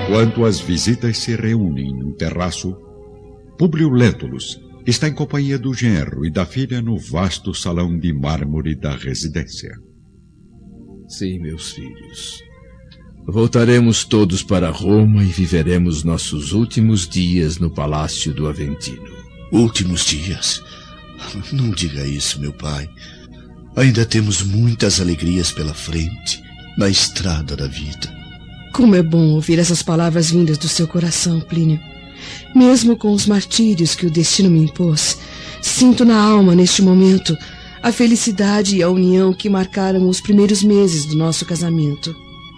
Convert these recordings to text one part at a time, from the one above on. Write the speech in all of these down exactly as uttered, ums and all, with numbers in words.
Enquanto as visitas se reúnem no terraço, Públio Lentulus está em companhia do genro e da filha no vasto salão de mármore da residência. Sim, meus filhos. Voltaremos todos para Roma e viveremos nossos últimos dias no Palácio do Aventino. Últimos dias? Não diga isso, meu pai. Ainda temos muitas alegrias pela frente, na estrada da vida. Como é bom ouvir essas palavras vindas do seu coração, Plínio. Mesmo com os martírios que o destino me impôs, sinto na alma, neste momento, a felicidade e a união que marcaram os primeiros meses do nosso casamento.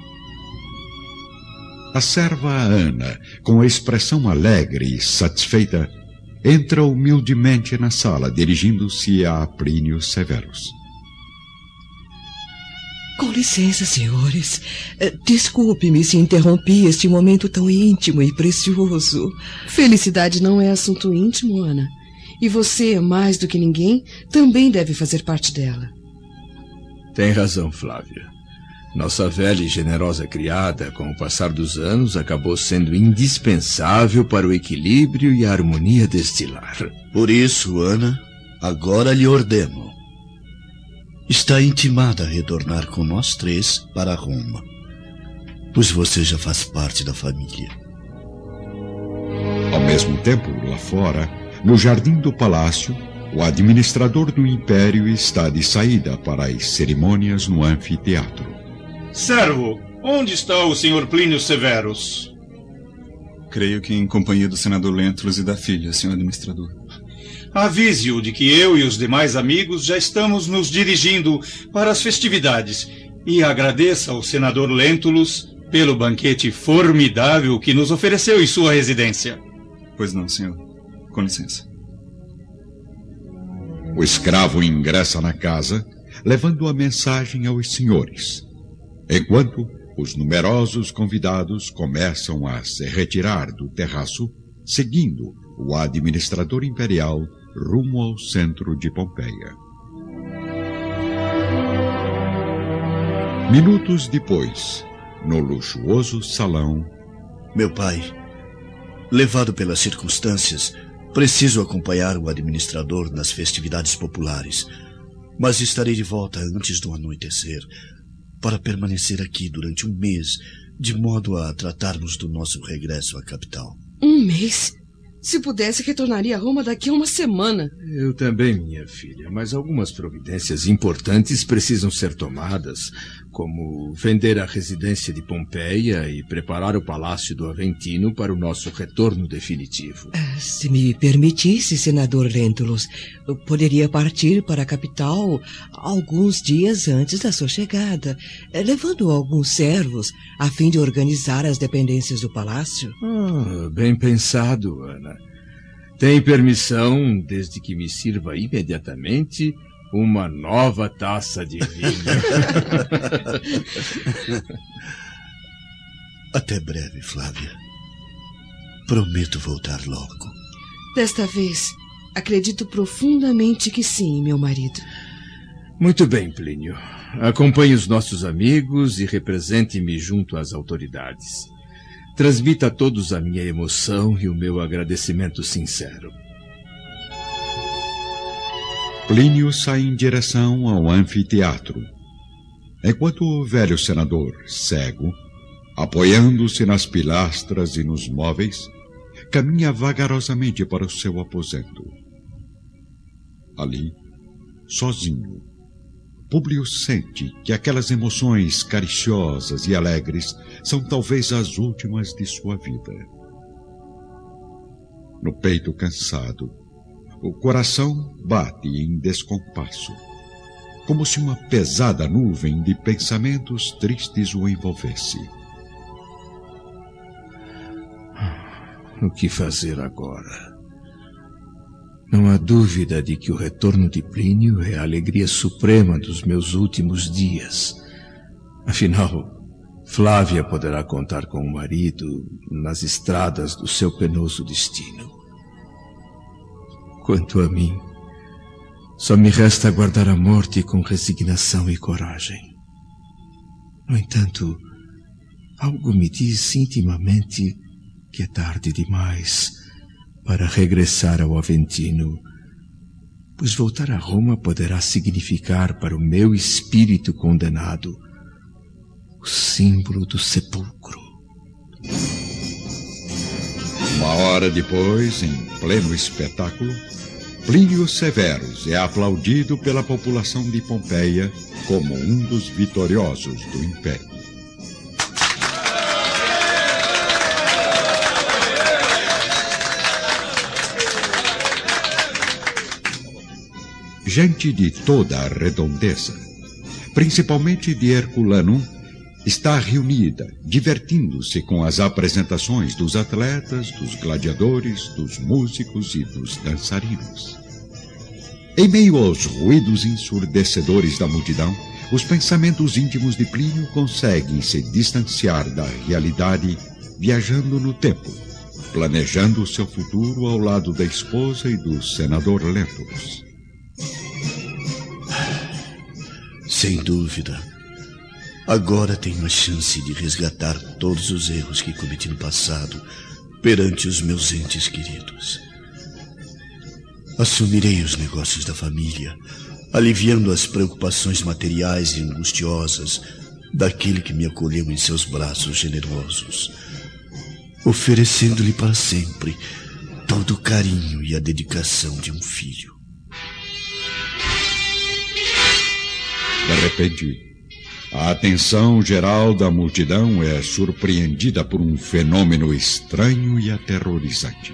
A serva Ana, com a expressão alegre e satisfeita, entra humildemente na sala, dirigindo-se a Plínio Severus. Com licença, senhores. Desculpe-me se interrompi este momento tão íntimo e precioso. Felicidade não é assunto íntimo, Ana. E você, mais do que ninguém, também deve fazer parte dela. Tem razão, Flávia. Nossa velha e generosa criada, com o passar dos anos, acabou sendo indispensável para o equilíbrio e a harmonia deste lar. Por isso, Ana, agora lhe ordeno. Está intimada a retornar com nós três para Roma, pois você já faz parte da família. Ao mesmo tempo, lá fora, no jardim do palácio, o administrador do império está de saída para as cerimônias no anfiteatro. Servo, onde está o senhor Plínio Severus? Creio que em companhia do senador Lentulus e da filha, senhor administrador. Avise-o de que eu e os demais amigos já estamos nos dirigindo para as festividades e agradeça ao senador Lentulus pelo banquete formidável que nos ofereceu em sua residência. Pois não, senhor. Com licença. O escravo ingressa na casa, levando a mensagem aos senhores, enquanto os numerosos convidados começam a se retirar do terraço, seguindo o administrador imperial rumo ao centro de Pompeia. Minutos depois, no luxuoso salão... Meu pai, levado pelas circunstâncias, preciso acompanhar o administrador nas festividades populares, mas estarei de volta antes do anoitecer, para permanecer aqui durante um mês, de modo a tratarmos do nosso regresso à capital. Um mês? Se pudesse, retornaria a Roma daqui a uma semana. Eu também, minha filha, mas algumas providências importantes precisam ser tomadas, como vender a residência de Pompeia e preparar o Palácio do Aventino para o nosso retorno definitivo. Se me permitisse, senador Lentulus, eu poderia partir para a capital alguns dias antes da sua chegada, levando alguns servos a fim de organizar as dependências do palácio. Ah, bem pensado, Ana. Tem permissão, desde que me sirva imediatamente uma nova taça de vinho. Até breve, Flávia. Prometo voltar logo. Desta vez, acredito profundamente que sim, meu marido. Muito bem, Plínio. Acompanhe os nossos amigos e represente-me junto às autoridades. Transmita a todos a minha emoção e o meu agradecimento sincero. Plínio sai em direção ao anfiteatro, enquanto o velho senador, cego, apoiando-se nas pilastras e nos móveis, caminha vagarosamente para o seu aposento. Ali, sozinho, Públio sente que aquelas emoções cariciosas e alegres são talvez as últimas de sua vida. No peito cansado, o coração bate em descompasso, como se uma pesada nuvem de pensamentos tristes o envolvesse. O que fazer agora? Não há dúvida de que o retorno de Plínio é a alegria suprema dos meus últimos dias. Afinal, Flávia poderá contar com o marido nas estradas do seu penoso destino. Quanto a mim, só me resta aguardar a morte com resignação e coragem. No entanto, algo me diz intimamente que é tarde demais para regressar ao Aventino, pois voltar a Roma poderá significar para o meu espírito condenado o símbolo do sepulcro. Uma hora depois, em pleno espetáculo, Plínio Severus é aplaudido pela população de Pompeia como um dos vitoriosos do Império. Gente de toda a redondeza, principalmente de Herculanum, está reunida, divertindo-se com as apresentações dos atletas, dos gladiadores, dos músicos e dos dançarinos. Em meio aos ruídos ensurdecedores da multidão, os pensamentos íntimos de Plínio conseguem se distanciar da realidade, viajando no tempo, planejando seu futuro ao lado da esposa e do senador Lentulus. Sem dúvida. Agora tenho a chance de resgatar todos os erros que cometi no passado perante os meus entes queridos. Assumirei os negócios da família, aliviando as preocupações materiais e angustiosas daquele que me acolheu em seus braços generosos, oferecendo-lhe para sempre todo o carinho e a dedicação de um filho. De repente, a atenção geral da multidão é surpreendida por um fenômeno estranho e aterrorizante.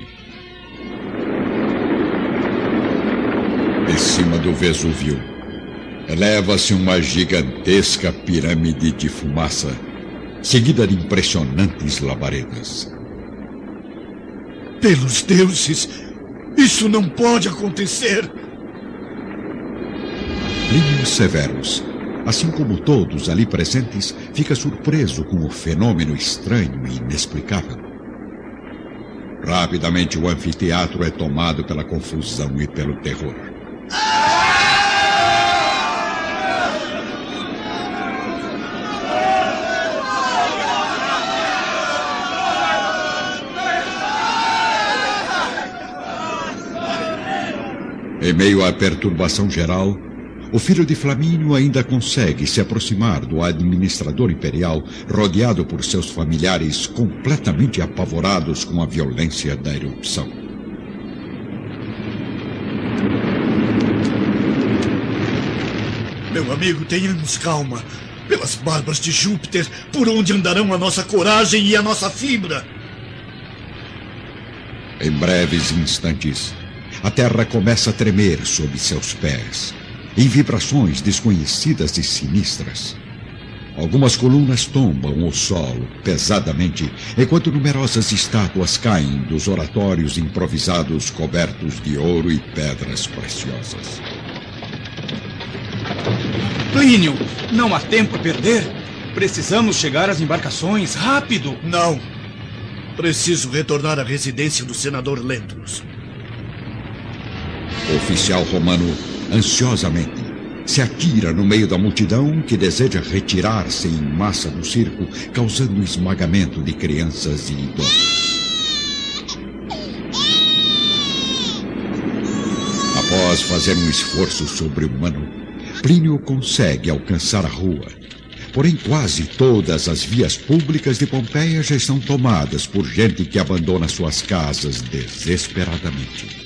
De cima do Vesúvio, eleva-se uma gigantesca pirâmide de fumaça, seguida de impressionantes labaredas. Pelos deuses, isso não pode acontecer! Plínio Severus, assim como todos ali presentes, fica surpreso com o fenômeno estranho e inexplicável. Rapidamente o anfiteatro é tomado pela confusão e pelo terror. Em meio à perturbação geral, o filho de Flamínio ainda consegue se aproximar do administrador imperial, rodeado por seus familiares completamente apavorados com a violência da erupção. Meu amigo, tenhamos calma. Pelas barbas de Júpiter, por onde andarão a nossa coragem e a nossa fibra? Em breves instantes, a terra começa a tremer sob seus pés, em vibrações desconhecidas e sinistras. Algumas colunas tombam ao solo pesadamente, enquanto numerosas estátuas caem dos oratórios improvisados cobertos de ouro e pedras preciosas. Plínio, não há tempo a perder. Precisamos chegar às embarcações, rápido! Não. Preciso retornar à residência do senador Lentulus. O oficial romano, ansiosamente, se atira no meio da multidão que deseja retirar-se em massa do circo, causando esmagamento de crianças e idosos. Após fazer um esforço sobre-humano, Plínio consegue alcançar a rua. Porém, quase todas as vias públicas de Pompeia já estão tomadas por gente que abandona suas casas desesperadamente.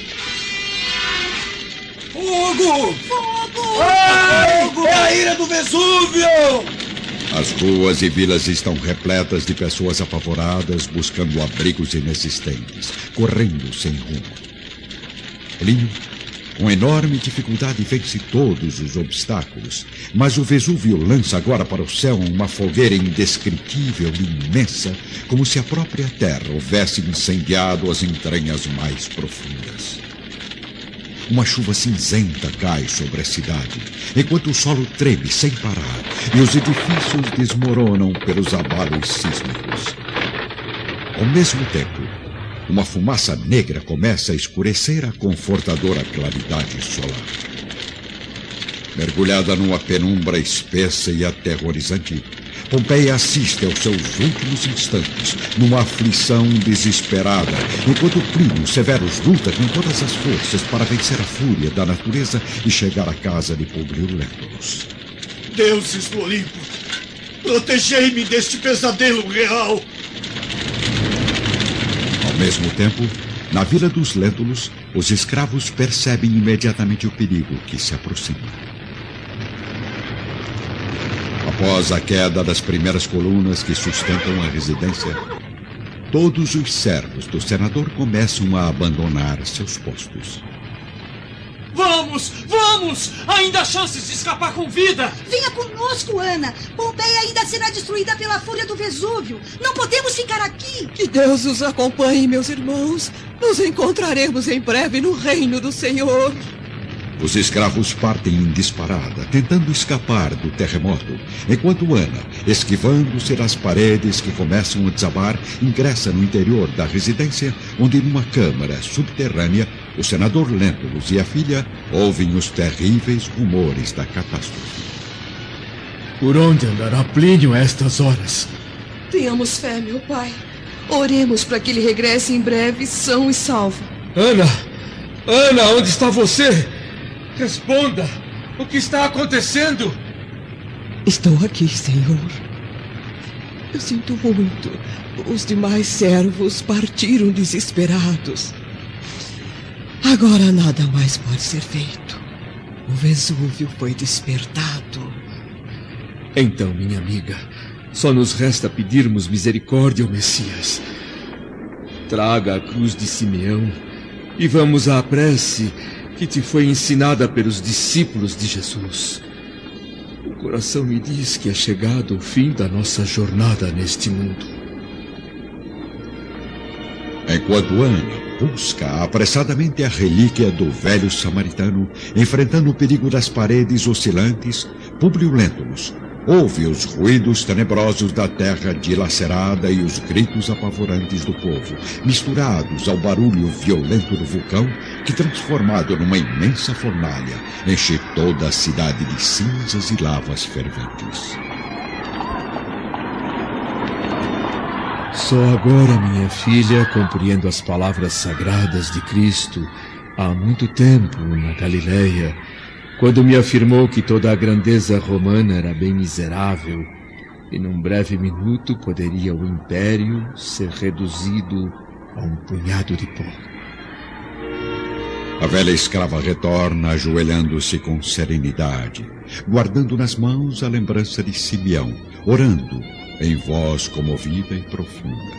Fogo! Fogo! Ai, fogo! É a ira do Vesúvio! As ruas e vilas estão repletas de pessoas apavoradas, buscando abrigos inexistentes, correndo sem rumo. Plínio, com enorme dificuldade, vence todos os obstáculos, mas o Vesúvio lança agora para o céu uma fogueira indescritível e imensa, como se a própria terra houvesse incendiado as entranhas mais profundas. Uma chuva cinzenta cai sobre a cidade, enquanto o solo treme sem parar e os edifícios desmoronam pelos abalos sísmicos. Ao mesmo tempo, uma fumaça negra começa a escurecer a confortadora claridade solar. Mergulhada numa penumbra espessa e aterrorizante, Pompeia assiste aos seus últimos instantes, numa aflição desesperada, enquanto Plínio Severus luta com todas as forças para vencer a fúria da natureza e chegar à casa de Públio Lentulus. Deuses do Olimpo, protegei-me deste pesadelo real! Ao mesmo tempo, na vila dos Lentulus, os escravos percebem imediatamente o perigo que se aproxima. Após a queda das primeiras colunas que sustentam a residência, todos os servos do senador começam a abandonar seus postos. Vamos! Vamos! Ainda há chances de escapar com vida! Venha conosco, Ana! Pompeia ainda será destruída pela fúria do Vesúvio! Não podemos ficar aqui! Que Deus os acompanhe, meus irmãos! Nos encontraremos em breve no reino do Senhor! Os escravos partem em disparada, tentando escapar do terremoto, enquanto Ana, esquivando-se das paredes que começam a desabar, ingressa no interior da residência, onde numa câmara subterrânea, o senador Lentulus e a filha ouvem os terríveis rumores da catástrofe. Por onde andará Plínio a estas horas? Tenhamos fé, meu pai. Oremos para que ele regresse em breve são e salvo. Ana! Ana, onde está você? Responda! O que está acontecendo? Estou aqui, Senhor. Eu sinto muito. Os demais servos partiram desesperados. Agora nada mais pode ser feito. O Vesúvio foi despertado. Então, minha amiga, só nos resta pedirmos misericórdia ao Messias. Traga a cruz de Simeão e vamos à prece que te foi ensinada pelos discípulos de Jesus. O coração me diz que é chegado o fim da nossa jornada neste mundo. Enquanto Ana busca apressadamente a relíquia do velho samaritano, enfrentando o perigo das paredes oscilantes, Públio Lentulus ouve os ruídos tenebrosos da terra dilacerada e os gritos apavorantes do povo, misturados ao barulho violento do vulcão que, transformado numa imensa fornalha, enche toda a cidade de cinzas e lavas ferventes. Só agora, minha filha, compreendo as palavras sagradas de Cristo há muito tempo na Galileia, quando me afirmou que toda a grandeza romana era bem miserável e num breve minuto poderia o império ser reduzido a um punhado de pó. A velha escrava retorna, ajoelhando-se com serenidade, guardando nas mãos a lembrança de Simeão, orando em voz comovida e profunda.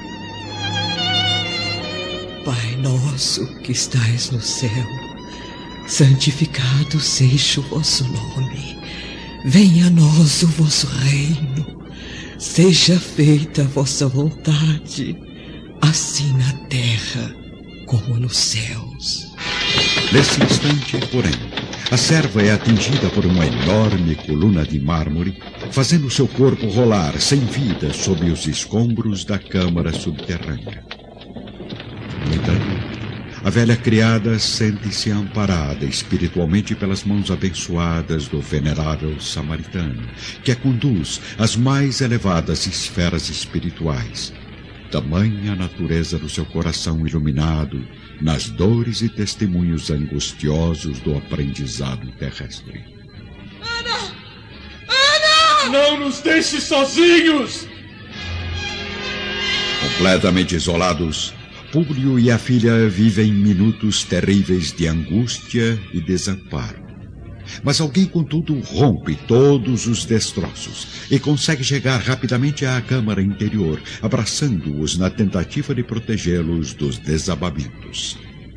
Pai nosso que estais no céu, santificado seja o vosso nome. Venha a nós o vosso reino. Seja feita a vossa vontade, assim na terra como nos céus. Nesse instante, porém, a serva é atingida por uma enorme coluna de mármore, fazendo seu corpo rolar sem vida sob os escombros da câmara subterrânea. No entanto, a velha criada sente-se amparada espiritualmente pelas mãos abençoadas do venerável samaritano, que a conduz às mais elevadas esferas espirituais. Tamanha a natureza do seu coração iluminado nas dores e testemunhos angustiosos do aprendizado terrestre. Ana! Ana! Não nos deixe sozinhos! Completamente isolados, Públio e a filha vivem minutos terríveis de angústia e desamparo. Mas alguém, contudo, rompe todos os destroços e consegue chegar rapidamente à câmara interior, abraçando-os na tentativa de protegê-los dos desabamentos.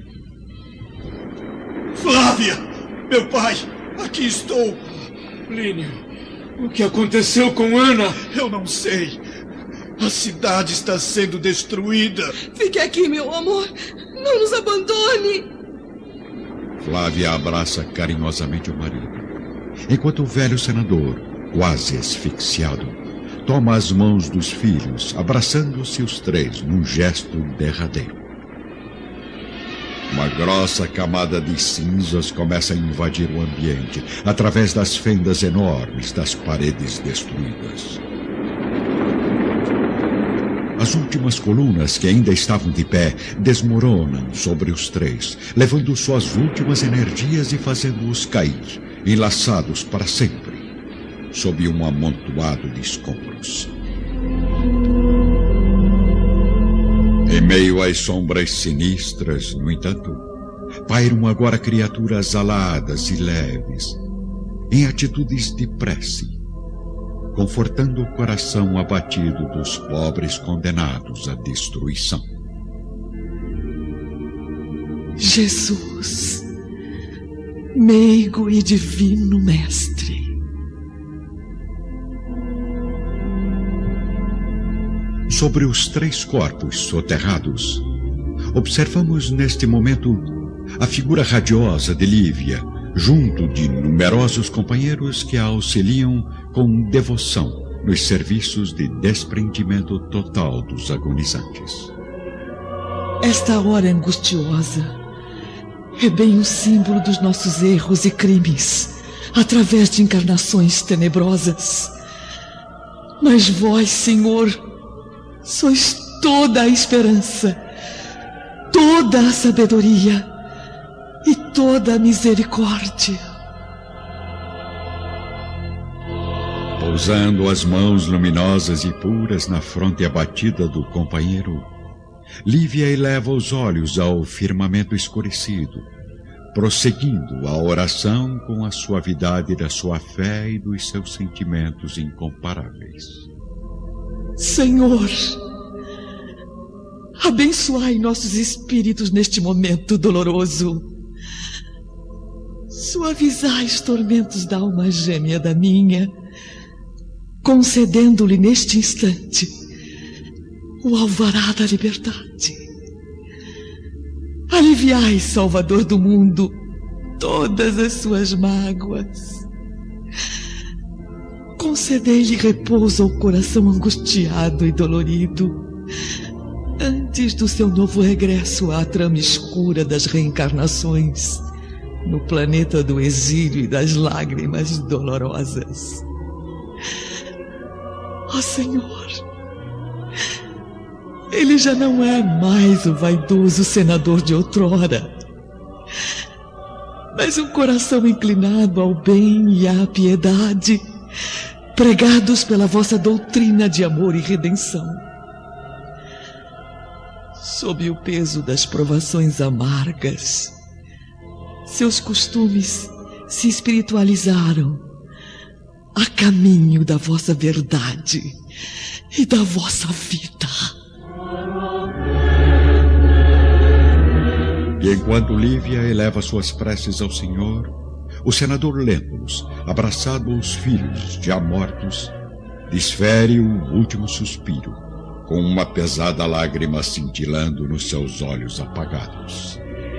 Flávia! Meu pai! Aqui estou! Plínio, o que aconteceu com Ana? Eu não sei. A cidade está sendo destruída. Fique aqui, meu amor. Não nos abandone. Flávia abraça carinhosamente o marido, enquanto o velho senador, quase asfixiado, toma as mãos dos filhos, abraçando-se os três num gesto derradeiro. Uma grossa camada de cinzas começa a invadir o ambiente, através das fendas enormes das paredes destruídas. As últimas colunas que ainda estavam de pé desmoronam sobre os três, levando suas últimas energias e fazendo-os cair, enlaçados para sempre, sob um amontoado de escombros. Em meio às sombras sinistras, no entanto, pairam agora criaturas aladas e leves, em atitudes de prece, confortando o coração abatido dos pobres condenados à destruição. Jesus, meigo e divino mestre, sobre os três corpos soterrados, observamos neste momento a figura radiosa de Lívia, junto de numerosos companheiros que a auxiliam com devoção nos serviços de desprendimento total dos agonizantes. Esta hora angustiosa é bem o símbolo dos nossos erros e crimes, através de encarnações tenebrosas. Mas vós, Senhor, sois toda a esperança, toda a sabedoria e toda a misericórdia. Pousando as mãos luminosas e puras na fronte abatida do companheiro, Lívia eleva os olhos ao firmamento escurecido, prosseguindo a oração com a suavidade da sua fé e dos seus sentimentos incomparáveis. Senhor, abençoai nossos espíritos neste momento doloroso. Suavizai os tormentos da alma gêmea da minha, concedendo-lhe neste instante o alvará da liberdade. Aliviai, Salvador do mundo, todas as suas mágoas. Concedei-lhe repouso ao coração angustiado e dolorido, antes do seu novo regresso à trama escura das reencarnações, no planeta do exílio e das lágrimas dolorosas. Ó Senhor, ele já não é mais o vaidoso senador de outrora, mas um coração inclinado ao bem e à piedade, pregados pela vossa doutrina de amor e redenção. Sob o peso das provações amargas, seus costumes se espiritualizaram a caminho da vossa verdade e da vossa vida. E enquanto Lívia eleva suas preces ao Senhor, o senador Lentulus, abraçado aos filhos já mortos, desfere o último suspiro, com uma pesada lágrima cintilando nos seus olhos apagados.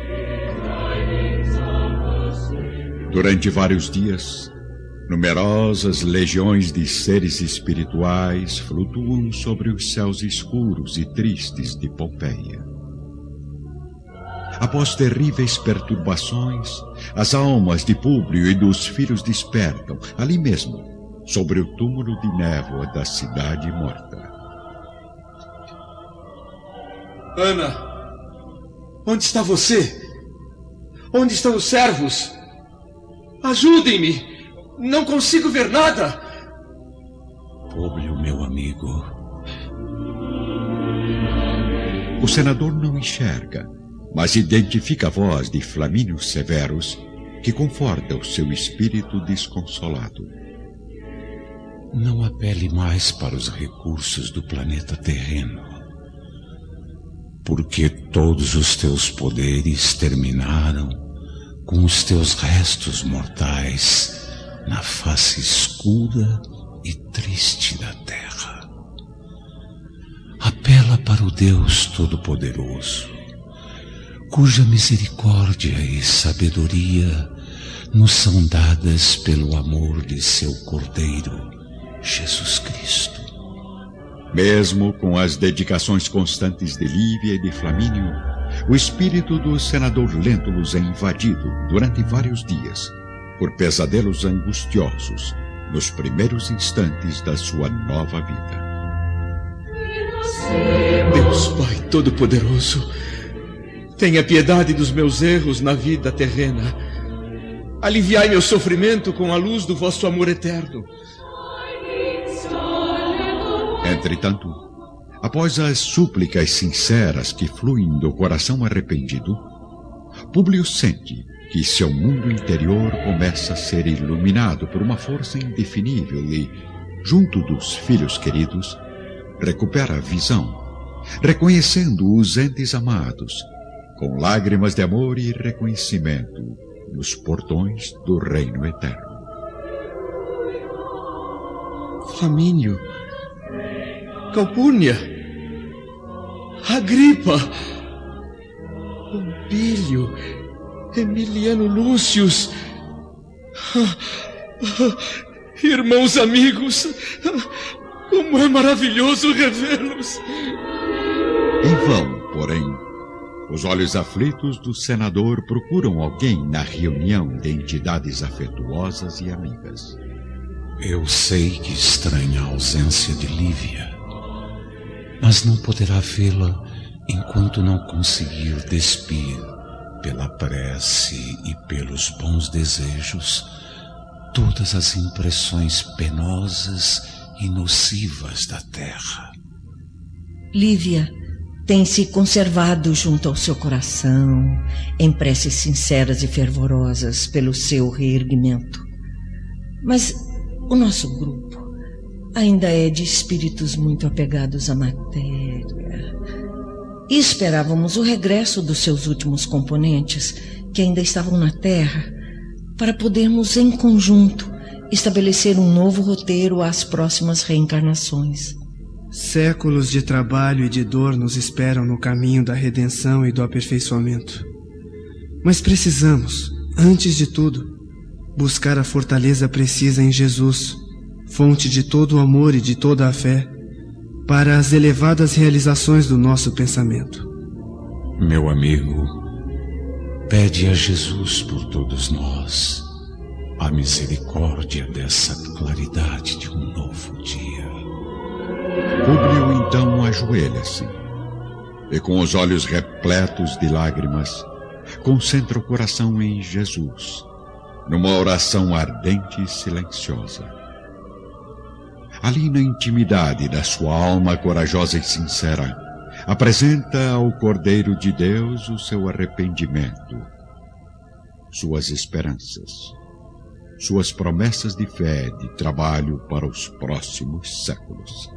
Durante vários dias, numerosas legiões de seres espirituais flutuam sobre os céus escuros e tristes de Pompeia. Após terríveis perturbações, as almas de Públio e dos filhos despertam, ali mesmo, sobre o túmulo de névoa da cidade morta. Ana, onde está você? Onde estão os servos? Ajudem-me! Não consigo ver nada! Públio, meu amigo. O senador não enxerga, mas identifica a voz de Flamínio Severus, que conforta o seu espírito desconsolado. Não apele mais para os recursos do planeta terreno, porque todos os teus poderes terminaram com os teus restos mortais na face escura e triste da terra. Apela para o Deus Todo-Poderoso, cuja misericórdia e sabedoria nos são dadas pelo amor de seu Cordeiro, Jesus Cristo. Mesmo com as dedicações constantes de Lívia e de Flamínio, o espírito do senador Lentulus é invadido durante vários dias por pesadelos angustiosos nos primeiros instantes da sua nova vida. Deus Pai Todo-Poderoso, tenha piedade dos meus erros na vida terrena. Aliviai meu sofrimento com a luz do vosso amor eterno. Entretanto, após as súplicas sinceras que fluem do coração arrependido, Públio sente que seu mundo interior começa a ser iluminado por uma força indefinível e, junto dos filhos queridos, recupera a visão, reconhecendo os entes amados, com lágrimas de amor e reconhecimento nos portões do reino eterno. Flamínio, Calpurnia, Agripa, Pompílio, Emiliano Lúcius, ah, ah, irmãos amigos, ah, como é maravilhoso revê-los. Em vão, porém, os olhos aflitos do senador procuram alguém na reunião de entidades afetuosas e amigas. Eu sei que estranha a ausência de Lívia, mas não poderá vê-la enquanto não conseguir despir, pela prece e pelos bons desejos, todas as impressões penosas e nocivas da terra. Lívia tem se conservado junto ao seu coração, em preces sinceras e fervorosas pelo seu reerguimento. Mas o nosso grupo ainda é de espíritos muito apegados à matéria. E esperávamos o regresso dos seus últimos componentes, que ainda estavam na Terra, para podermos, em conjunto, estabelecer um novo roteiro às próximas reencarnações. Séculos de trabalho e de dor nos esperam no caminho da redenção e do aperfeiçoamento. Mas precisamos, antes de tudo, buscar a fortaleza precisa em Jesus, fonte de todo o amor e de toda a fé, para as elevadas realizações do nosso pensamento. Meu amigo, pede a Jesus por todos nós a misericórdia dessa claridade de um novo dia. Públio então ajoelha-se e, com os olhos repletos de lágrimas, concentra o coração em Jesus, numa oração ardente e silenciosa. Ali na intimidade da sua alma corajosa e sincera, apresenta ao Cordeiro de Deus o seu arrependimento, suas esperanças, suas promessas de fé e de trabalho para os próximos séculos.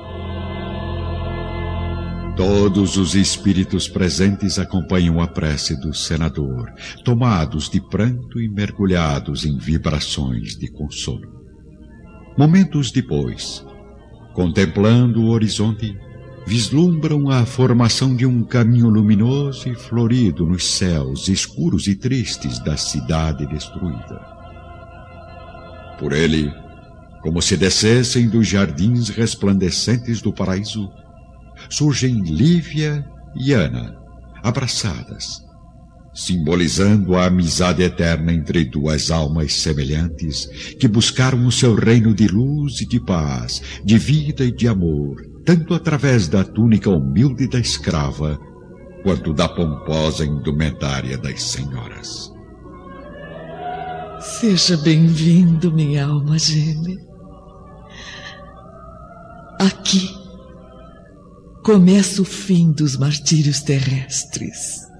Todos os espíritos presentes acompanham a prece do senador, tomados de pranto e mergulhados em vibrações de consolo. Momentos depois, contemplando o horizonte, vislumbram a formação de um caminho luminoso e florido nos céus escuros e tristes da cidade destruída. Por ele, como se descessem dos jardins resplandecentes do paraíso, surgem Lívia e Ana, abraçadas, simbolizando a amizade eterna entre duas almas semelhantes que buscaram o seu reino de luz e de paz, de vida e de amor, tanto através da túnica humilde da escrava, quanto da pomposa indumentária das senhoras. Seja bem-vindo, minha alma gêmea. Aqui começa o fim dos martírios terrestres.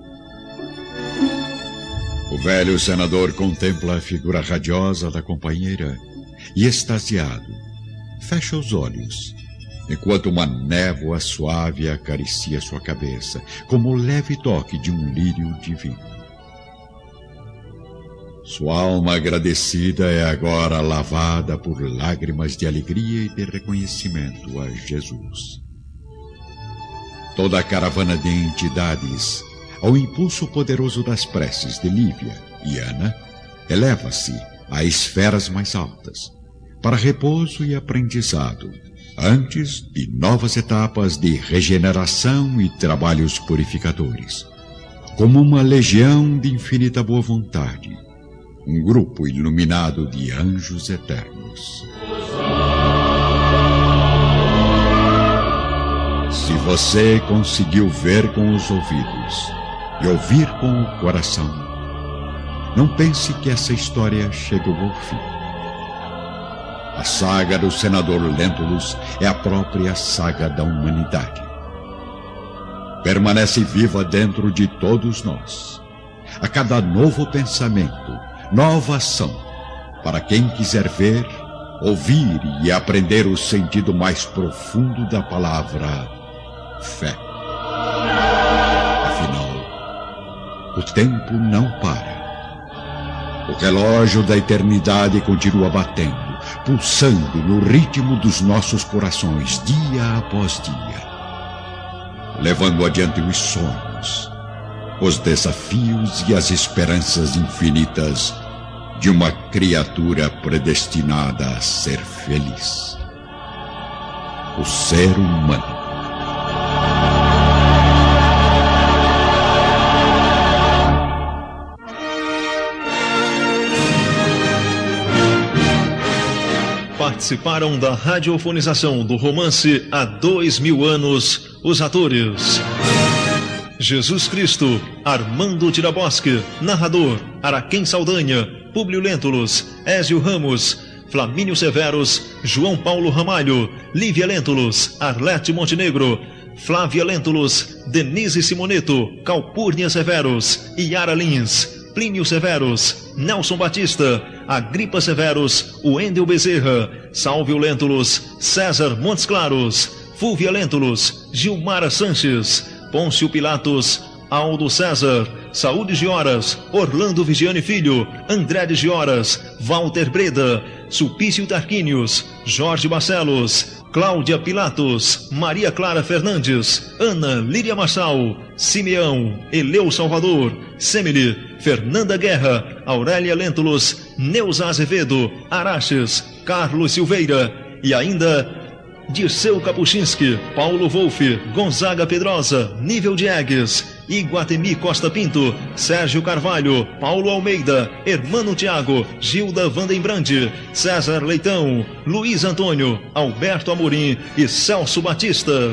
O velho senador contempla a figura radiosa da companheira e, extasiado, fecha os olhos, enquanto uma névoa suave acaricia sua cabeça, como o leve toque de um lírio divino. Sua alma agradecida é agora lavada por lágrimas de alegria e de reconhecimento a Jesus. Toda a caravana de entidades, ao impulso poderoso das preces de Lívia e Ana, eleva-se a esferas mais altas, para repouso e aprendizado, antes de novas etapas de regeneração e trabalhos purificadores, como uma legião de infinita boa vontade, um grupo iluminado de anjos eternos. Se você conseguiu ver com os ouvidos e ouvir com o coração, não pense que essa história chegou ao fim. A saga do senador Lentulus é a própria saga da humanidade. Permanece viva dentro de todos nós. A cada novo pensamento, nova ação, para quem quiser ver, ouvir e aprender o sentido mais profundo da palavra fé. Afinal, o tempo não para. O relógio da eternidade continua batendo, pulsando no ritmo dos nossos corações, dia após dia, levando adiante os sonhos, os desafios e as esperanças infinitas de uma criatura predestinada a ser feliz. O ser humano. Participaram da radiofonização do romance Há Dois Mil Anos os atores: Jesus Cristo, Armando Tiraboschi, narrador, Araquém Saldanha, Públio Lentulus, Ézio Ramos, Flamínio Severus, João Paulo Ramalho, Lívia Lentulus, Arlete Montenegro, Flávia Lentulus, Denise Simoneto, Calpurnia Severus, Yara Lins, Plínio Severus, Nelson Batista, Agripa Severus, Wendel Bezerra, Salvio Lentulus, César Montes Claros, Fúvia Lentulus, Gilmara Sanches, Pôncio Pilatos, Aldo César, Saúde Gioras, Orlando Vigiane Filho, André de Gioras, Walter Breda, Sulpício Tarquínios, Jorge Barcelos, Cláudia Pilatos, Maria Clara Fernandes, Ana Líria Marçal, Simeão, Eleu Salvador, Semele, Fernanda Guerra, Aurélia Lentulus, Neuza Azevedo, Araches, Carlos Silveira e ainda Dirceu Kapuchinski, Paulo Wolff, Gonzaga Pedrosa, Nível Diegues, Iguatemi Costa Pinto, Sérgio Carvalho, Paulo Almeida, Hermano Tiago, Gilda Vandenbrande, César Leitão, Luiz Antônio, Alberto Amorim e Celso Batista.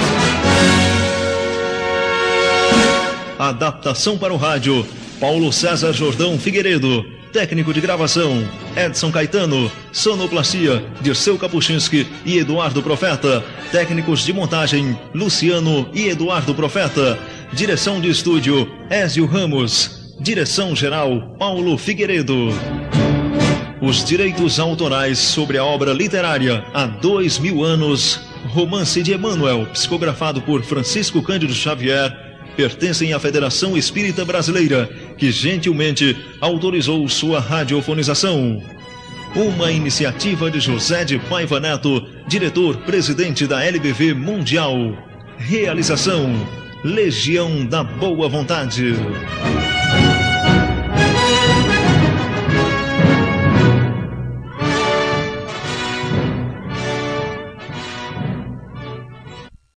Adaptação para o rádio, Paulo César Jordão Figueiredo. Técnico de gravação, Edson Caetano. Sonoplastia, Dirceu Kapuchinski e Eduardo Profeta. Técnicos de montagem, Luciano e Eduardo Profeta. Direção de estúdio, Ézio Ramos. Direção-geral, Paulo Figueiredo. Os direitos autorais sobre a obra literária Há Dois Mil Anos, romance de Emmanuel, psicografado por Francisco Cândido Xavier, pertencem à Federação Espírita Brasileira, que gentilmente autorizou sua radiofonização. Uma iniciativa de José de Paiva Neto, diretor-presidente da L B V Mundial. Realização: Legião da Boa Vontade.